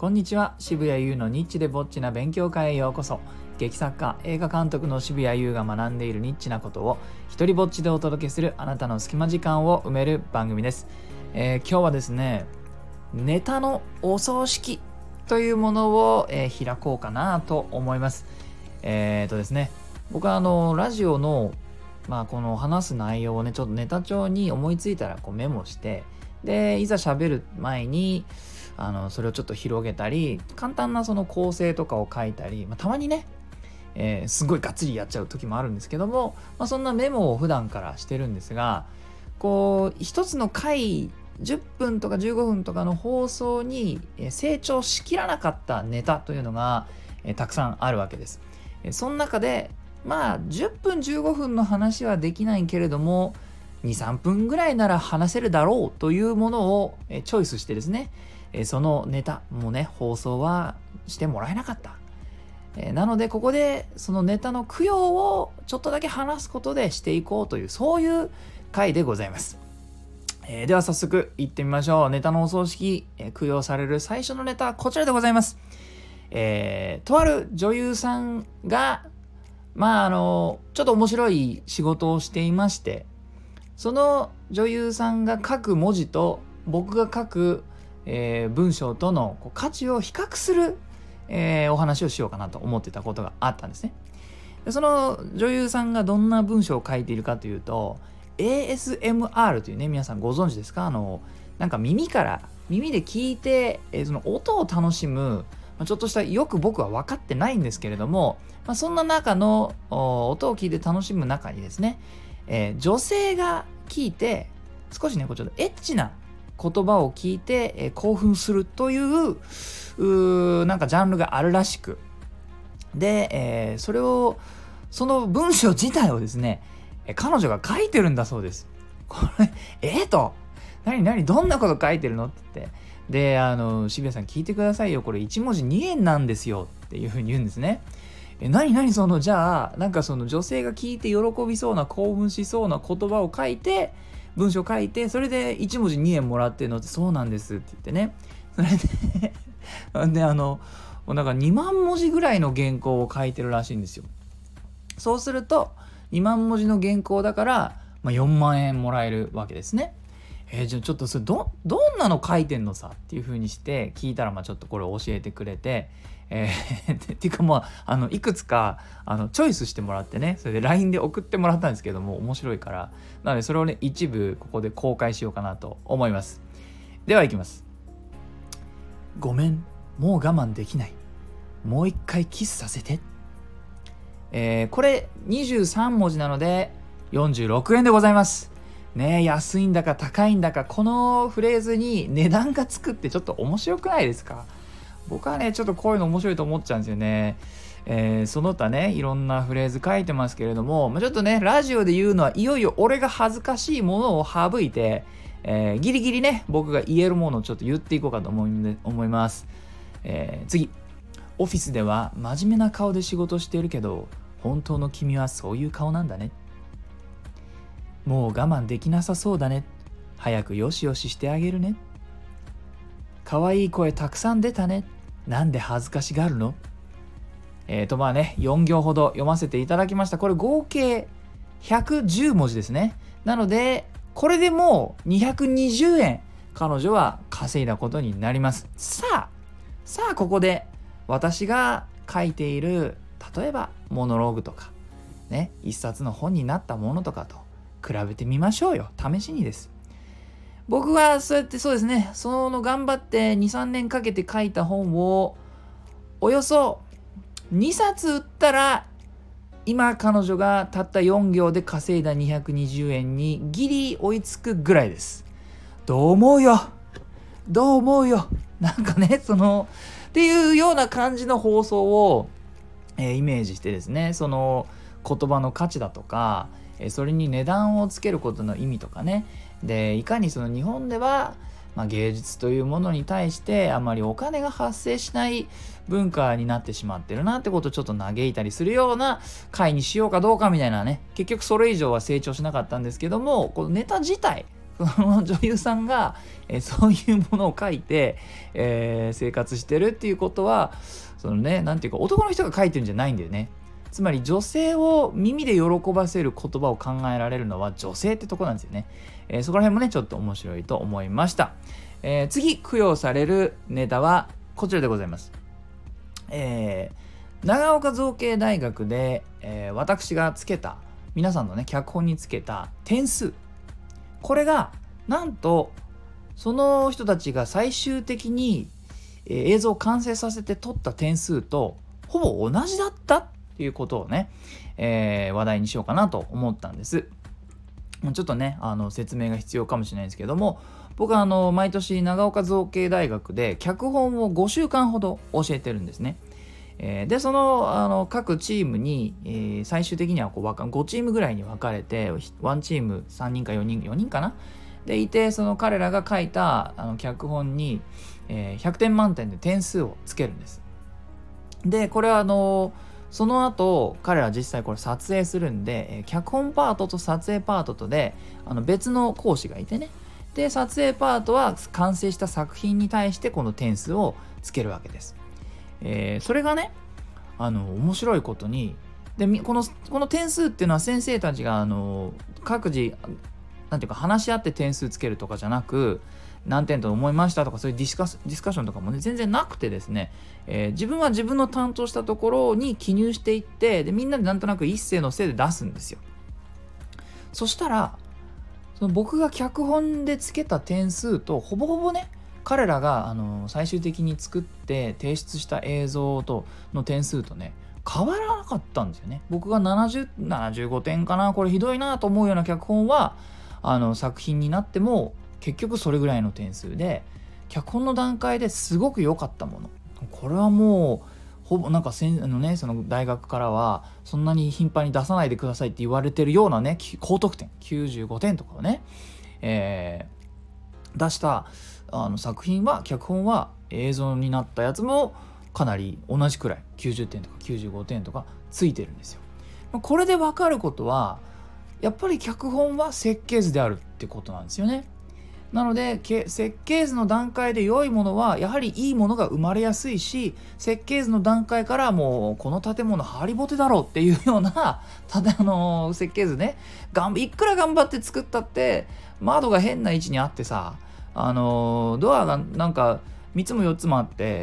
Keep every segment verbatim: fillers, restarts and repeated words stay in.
こんにちは。渋谷優のニッチでぼっちな勉強会へようこそ。劇作家、映画監督の渋谷優が学んでいるニッチなことを一人ぼっちでお届けするあなたの隙間時間を埋める番組です。えー、今日はですね、ネタのお葬式というものを、えー、開こうかなと思います。えーとですね、僕はあのラジオのまあこの話す内容をね、ちょっとネタ帳に思いついたらこうメモして、でいざ喋る前にあのそれをちょっと広げたり、簡単なその構成とかを書いたり、まあ、たまにね、えー、すごいがっつりやっちゃう時もあるんですけども、まあ、そんなメモを普段からしてるんですが、こう一つの回じゅっぷんとかじゅうごふんとかの放送に成長しきらなかったネタというのが、えー、たくさんあるわけです。えー、その中でまあじゅっぷんじゅうごふんの話はできないけれどもにさんぷんぐらいなら話せるだろうというものをチョイスしてですね、そのネタもね放送はしてもらえなかった。なのでここでそのネタの供養をちょっとだけ話すことでしていこうという、そういう回でございます。えー、では早速行ってみましょう。ネタのお葬式、えー、供養される最初のネタはこちらでございます。えー、とある女優さんがまああのちょっと面白い仕事をしていまして、その女優さんが書く文字と僕が書く、えー、文章とのこう価値を比較する、えー、お話をしようかなと思ってたことがあったんですね。でその女優さんがどんな文章を書いているかというと、 エーエスエムアール というね、皆さんご存知ですか？あのなんか耳から耳で聞いて、えー、その音を楽しむ、まあ、ちょっとした、よく僕は分かってないんですけれども、まあ、そんな中の音を聞いて楽しむ中にですね、えー、女性が聞いて少しねこうちょっとエッチな言葉を聞いて、えー、興奮するといううなんかジャンルがあるらしく、で、えー、それをその文章自体をですね、えー、彼女が書いてるんだそうです。これえー、と何何どんなこと書いてるのって言って、であの渋谷さん聞いてくださいよ、これいち文字にえんなんですよっていうふうに言うんですね。え何何そのじゃあなんかその女性が聞いて喜びそうな、興奮しそうな言葉を書いて、文章書いて、それでいち文字にえんもらってるのって、そうなんですって言ってね、それでであのなんかにまん文字ぐらいの原稿を書いてるらしいんですよ。そうするとにまん文字の原稿だから、まあ、よんまんえんもらえるわけですね。えー、じゃあちょっとそれ ど, どんなの書いてんのさっていう風にして聞いたら、まあちょっとこれ教えてくれて、えー、っていうかまああのいくつかあのチョイスしてもらってね、それで ライン で送ってもらったんですけども、面白いから、なのでそれをね一部ここで公開しようかなと思います。ではいきます。ごめん、もう我慢できない、もう一回キスさせて。えー、これにじゅうさん文字なのでよんじゅうろくえんでございますね。安いんだか高いんだか、このフレーズに値段がつくってちょっと面白くないですか？僕はねちょっとこういうの面白いと思っちゃうんですよね。えー、その他ねいろんなフレーズ書いてますけれども、まあ、ちょっとねラジオで言うのはいよいよ俺が恥ずかしいものを省いて、えー、ギリギリね僕が言えるものをちょっと言っていこうかと思い思います。えー、次、オフィスでは真面目な顔で仕事しているけど、本当の君はそういう顔なんだね。もう我慢できなさそうだね。早くよしよししてあげるね。可愛い声たくさん出たね。なんで恥ずかしがるの？えーとまあねよん行ほど読ませていただきました。これ合計ひゃくじゅう文字ですね。なのでこれでもうにひゃくにじゅうえん彼女は稼いだことになります。さあさあここで私が書いている、例えばモノローグとかね、一冊の本になったものとかと比べてみましょうよ。試しにです。僕はそうやってそうですね、その頑張ってにさんねんかけて書いた本をおよそにさつ売ったら、今彼女がたったよん行で稼いだにひゃくにじゅうえんにギリ追いつくぐらいです。どう思うよどう思うよなんかね、そのっていうような感じの放送を、えー、イメージしてですね、その言葉の価値だとか、えー、それに値段をつけることの意味とかね、でいかにその日本では、まあ、芸術というものに対してあまりお金が発生しない文化になってしまってるなってことをちょっと嘆いたりするような回にしようかどうかみたいなね。結局それ以上は成長しなかったんですけども、このネタ自体その女優さんが、えー、そういうものを書いて、えー、生活してるっていうことは、そのね、なんていうか男の人が書いてるんじゃないんだよね。つまり女性を耳で喜ばせる言葉を考えられるのは女性ってとこなんですよね。えー、そこら辺もねちょっと面白いと思いました。えー、次供養されるネタはこちらでございます。えー、長岡造形大学で、えー、私がつけた皆さんのね脚本につけた点数、これがなんとその人たちが最終的に、えー、映像を完成させて取った点数とほぼ同じだったっていうことをね、えー、話題にしようかなと思ったんです。ちょっとねあの説明が必要かもしれないんですけども、僕はあの毎年長岡造形大学で脚本をごしゅうかんほど教えてるんですね。えー、でその、あの各チームに、えー、最終的にはこうごチームぐらいに分かれて、ワンチームさんにんかよにんよにんかなでいて、その彼らが書いたあの脚本に、えー、ひゃくてん満点で点数をつけるんです。でこれはあのその後彼ら実際これ撮影するんで、えー、脚本パートと撮影パートとであの別の講師がいてね、で撮影パートは完成した作品に対してこの点数をつけるわけです。えー、それがねあの面白いことにでこのこの点数っていうのは先生たちがあの各自なんていうか話し合って点数つけるとかじゃなく、何点と思いましたとかそういうディスカス、ディスカッションとかもね全然なくてですね、えー、自分は自分の担当したところに記入していって、でみんなでなんとなく一斉のせいで出すんですよ。そしたらその僕が脚本でつけた点数とほぼほぼね彼らがあの最終的に作って提出した映像との点数とね変わらなかったんですよね。僕がななじゅう、ななじゅうごてんかな、これひどいなと思うような脚本はあの作品になっても結局それぐらいの点数で、脚本の段階ですごく良かったもの、これはもうほぼなんかせんあの、ね、その大学からはそんなに頻繁に出さないでくださいって言われてるようなね高得点きゅうじゅうごてんとかをね、えー、出したあの作品は、脚本は映像になったやつもかなり同じくらいきゅうじゅってんとかきゅうじゅうごてんとかついてるんですよ。これで分かることはやっぱり脚本は設計図であるってことなんですよね。なので設計図の段階で良いものはやはりいいものが生まれやすいし、設計図の段階からもうこの建物ハリボテだろうっていうようなただあの設計図ね、がんいくら頑張って作ったって窓が変な位置にあってさ、あのドアがなんかみっつもよっつもあって、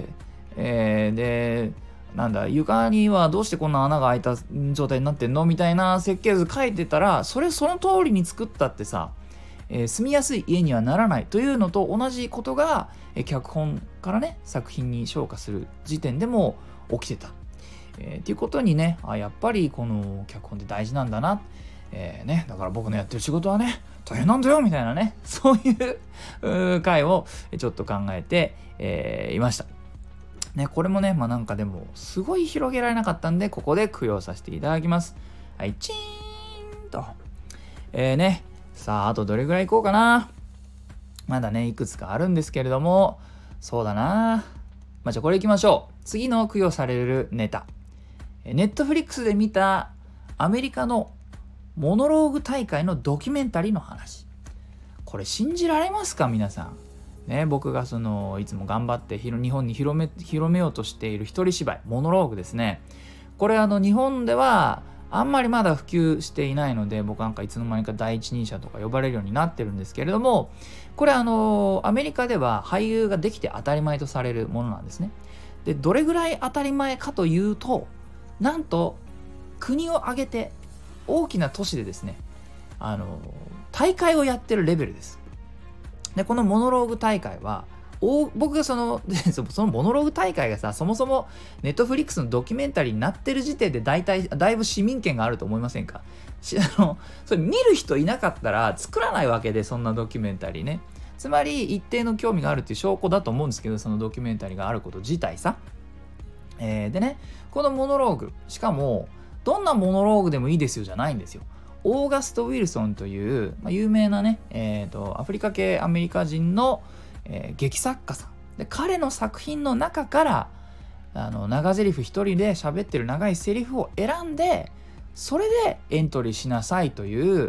えー、でなんだ床にはどうしてこんな穴が開いた状態になってんのみたいな設計図書いてたら、それその通りに作ったってさ、えー、住みやすい家にはならないというのと同じことが、えー、脚本からね作品に昇華する時点でも起きてた、えー、っていうことにね、あやっぱりこの脚本って大事なんだな、えーね、だから僕のやってる仕事はね大変なんだよみたいなね、そういう回をちょっと考えて、えー、いましたね。これもねまあなんかでもすごい広げられなかったんで、ここで供養させていただきます。はい、チーンとえーねさああとどれぐらいいこうかな。まだねいくつかあるんですけれども、そうだな、まあ、じゃあこれいきましょう。次の供養されるネタ、ネットフリックスで見たアメリカのモノローグ大会のドキュメンタリーの話。これ信じられますか皆さんね。僕がそのいつも頑張って日本に広め広めようとしている一人芝居モノローグですね。これあの日本ではあんまりまだ普及していないので、僕なんかいつの間にか第一人者とか呼ばれるようになってるんですけれども、これあのアメリカでは俳優ができて当たり前とされるものなんですね。でどれぐらい当たり前かというと、なんと国を挙げて大きな都市でですねあの大会をやってるレベルです。でこのモノローグ大会は僕がそのそのモノローグ大会がさ、そもそもネットフリックスのドキュメンタリーになってる時点で大体だいぶ市民権があると思いませんか。あのそれ見る人いなかったら作らないわけで、そんなドキュメンタリーね。つまり一定の興味があるっていう証拠だと思うんですけど、そのドキュメンタリーがあること自体さ、えー、でねこのモノローグ、しかもどんなモノローグでもいいですよじゃないんですよ。オーガスト・ウィルソンという、まあ、有名なね、えーと、アフリカ系アメリカ人の、えー、劇作家さんで、彼の作品の中からあの長台詞一人で喋ってる長いセリフを選んで、それでエントリーしなさいという、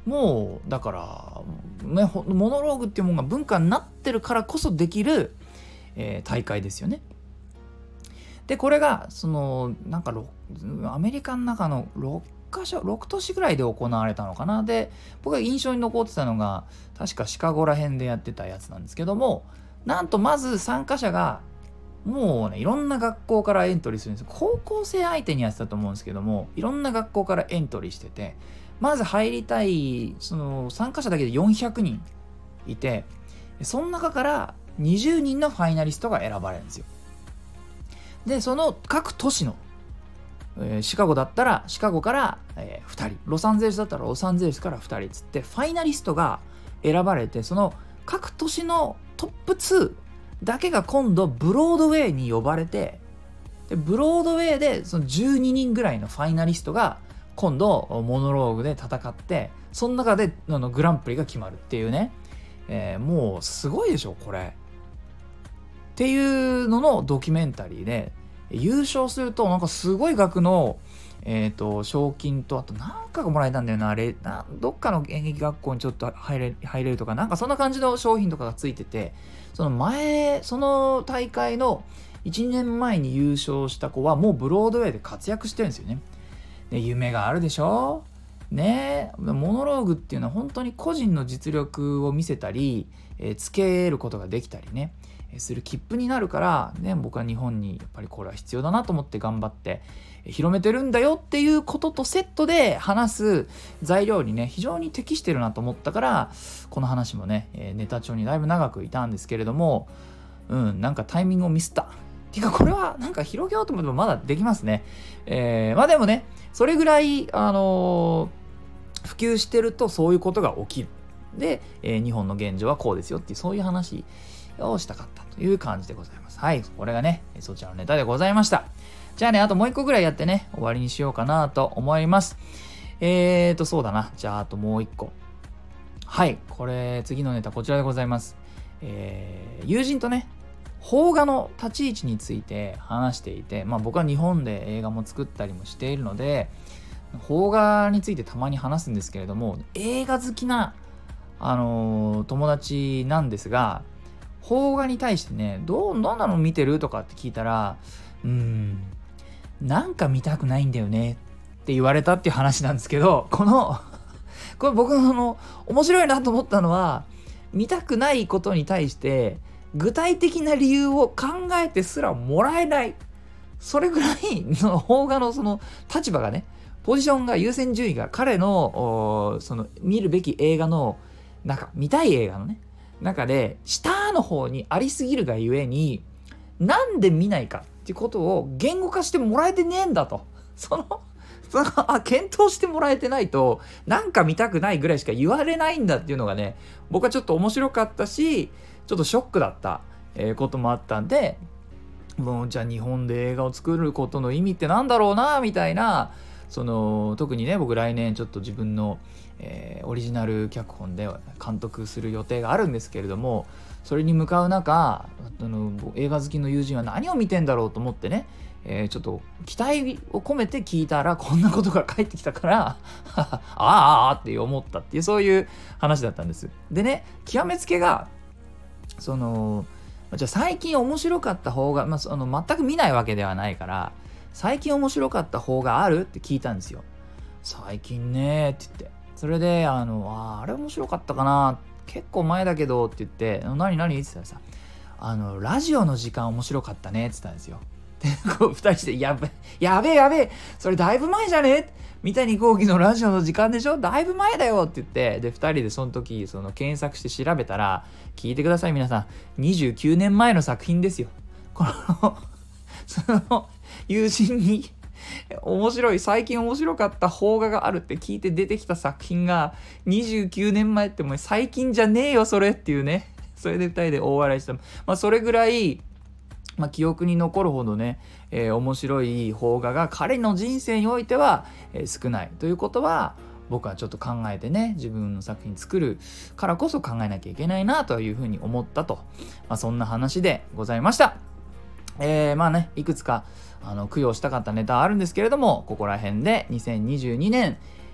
もうだから、ね、モノローグっていうものが文化になってるからこそできる、えー、大会ですよね。でこれがそのなんかアメリカの中のろっかしょろく都市ぐらいで行われたのかな。で僕が印象に残ってたのが確かシカゴら辺でやってたやつなんですけども、なんとまず参加者がもうねいろんな学校からエントリーするんです。高校生相手にやってたと思うんですけども、いろんな学校からエントリーしてて、まず入りたいその参加者だけでよんひゃくにんいて、その中からにじゅうにんのファイナリストが選ばれるんですよ。でその各都市の、えー、シカゴだったらシカゴから、えー、ふたり、ロサンゼルスだったらロサンゼルスからふたりつってファイナリストが選ばれて、その各都市のトップツーだけが今度ブロードウェイに呼ばれて、でブロードウェイでそのじゅうににんぐらいのファイナリストが今度モノローグで戦って、その中であのグランプリが決まるっていうね、えー、もうすごいでしょこれっていうののドキュメンタリーで、優勝するとなんかすごい額の、えー、と賞金と、あとなんかがもらえたんだよな、あれな、どっかの演劇学校にちょっと入れ、入れるとか、なんかそんな感じの商品とかがついてて、その前その大会のいちねんまえに優勝した子はもうブロードウェイで活躍してるんですよね。で夢があるでしょね。モノローグっていうのは本当に個人の実力を見せたり、えー、つけることができたりねする切符になるから、ね、僕は日本にやっぱりこれは必要だなと思って頑張って広めてるんだよっていうこととセットで話す材料にね非常に適してるなと思ったから、この話もねネタ帳にだいぶ長くいたんですけれども、うんなんかタイミングをミスったっていうか、これはなんか広げようと思ってもまだできますね。えー、まあでもねそれぐらいあのー、普及してるとそういうことが起きる。で、えー、日本の現状はこうですよっていうそういう話をしたかったという感じでございます。はい、これがねそちらのネタでございました。じゃあね、あともう一個ぐらいやってね終わりにしようかなと思います。えーとそうだな、じゃああともう一個。はい、これ次のネタこちらでございます。えー、友人とね邦画の立ち位置について話していて、まあ僕は日本で映画も作ったりもしているので邦画についてたまに話すんですけれども、映画好きなあのー、友達なんですが、邦画に対してねどうどんなの見てるとかって聞いたら、うーんなんか見たくないんだよねって言われたっていう話なんですけど、このこれ僕のあの面白いなと思ったのは、見たくないことに対して具体的な理由を考えてすらもらえない、それぐらいその邦画のその立場がね、ポジションが優先順位が彼のその見るべき映画のなんか見たい映画のね中で下の方にありすぎるがゆえに、なんで見ないかっていうことを言語化してもらえてねえんだと、そのそのあ検討してもらえてないとなんか見たくないぐらいしか言われないんだっていうのがね、僕はちょっと面白かったしちょっとショックだった、えー、こともあったんで、もうじゃあ日本で映画を作ることの意味ってなんだろうなみたいな、その特にね僕来年ちょっと自分の、えー、オリジナル脚本で監督する予定があるんですけれども、それに向かう中あの映画好きの友人は何を見てんだろうと思ってね、えー、ちょっと期待を込めて聞いたらこんなことが返ってきたからああああって思ったっていうそういう話だったんです。でね、極めつけがそのじゃあ最近面白かった方が、まあ、その全く見ないわけではないから最近面白かった方があるって聞いたんですよ。最近ねって言って、それであのああれ面白かったかな結構前だけどって言って何何って言ったらさ、あのラジオの時間面白かったねって言ったんですよ。でこうふたりしてやべやべえやべえそれだいぶ前じゃね三谷幸喜のラジオの時間でしょだいぶ前だよって言って、でふたりでその時その検索して調べたら、聞いてください皆さん、にじゅうきゅうねんまえの作品ですよ。このその友人に面白い最近面白かった邦画があるって聞いて出てきた作品がにじゅうきゅうねんまえってもう最近じゃねえよそれっていうね、それでふたりで大笑いした。まあそれぐらいまあ、記憶に残るほどね、えー、面白い邦画が彼の人生においては、えー、少ないということは僕はちょっと考えてね、自分の作品作るからこそ考えなきゃいけないなというふうに思ったと、まあ、そんな話でございました。えー、まあねいくつかあの供養したかったネタあるんですけれども、ここら辺でにせんにじゅうにねん、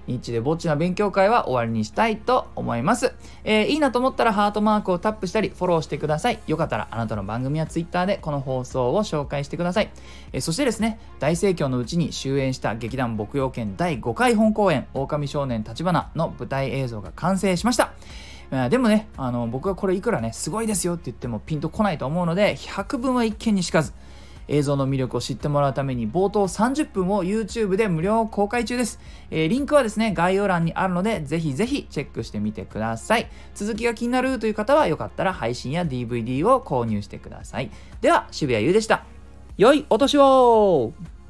ニッチでぼっちな勉強会は終わりにしたいと思います。えー、いいなと思ったらハートマークをタップしたりフォローしてください。よかったらあなたの番組やツイッターでこの放送を紹介してください。えー、そしてですね、大盛況のうちに終演した劇団牧羊犬だいごかい本公演狼少年立花の舞台映像が完成しました。でもね、あの僕がこれいくらねすごいですよって言ってもピンとこないと思うので、百聞は一見にしかず。映像の魅力を知ってもらうために冒頭さんじゅっぷんを YouTube で無料公開中です。えー、リンクはですね概要欄にあるので、ぜひぜひチェックしてみてください。続きが気になるという方はよかったら配信や ディーブイディー を購入してください。では渋谷優でした。良いお年を。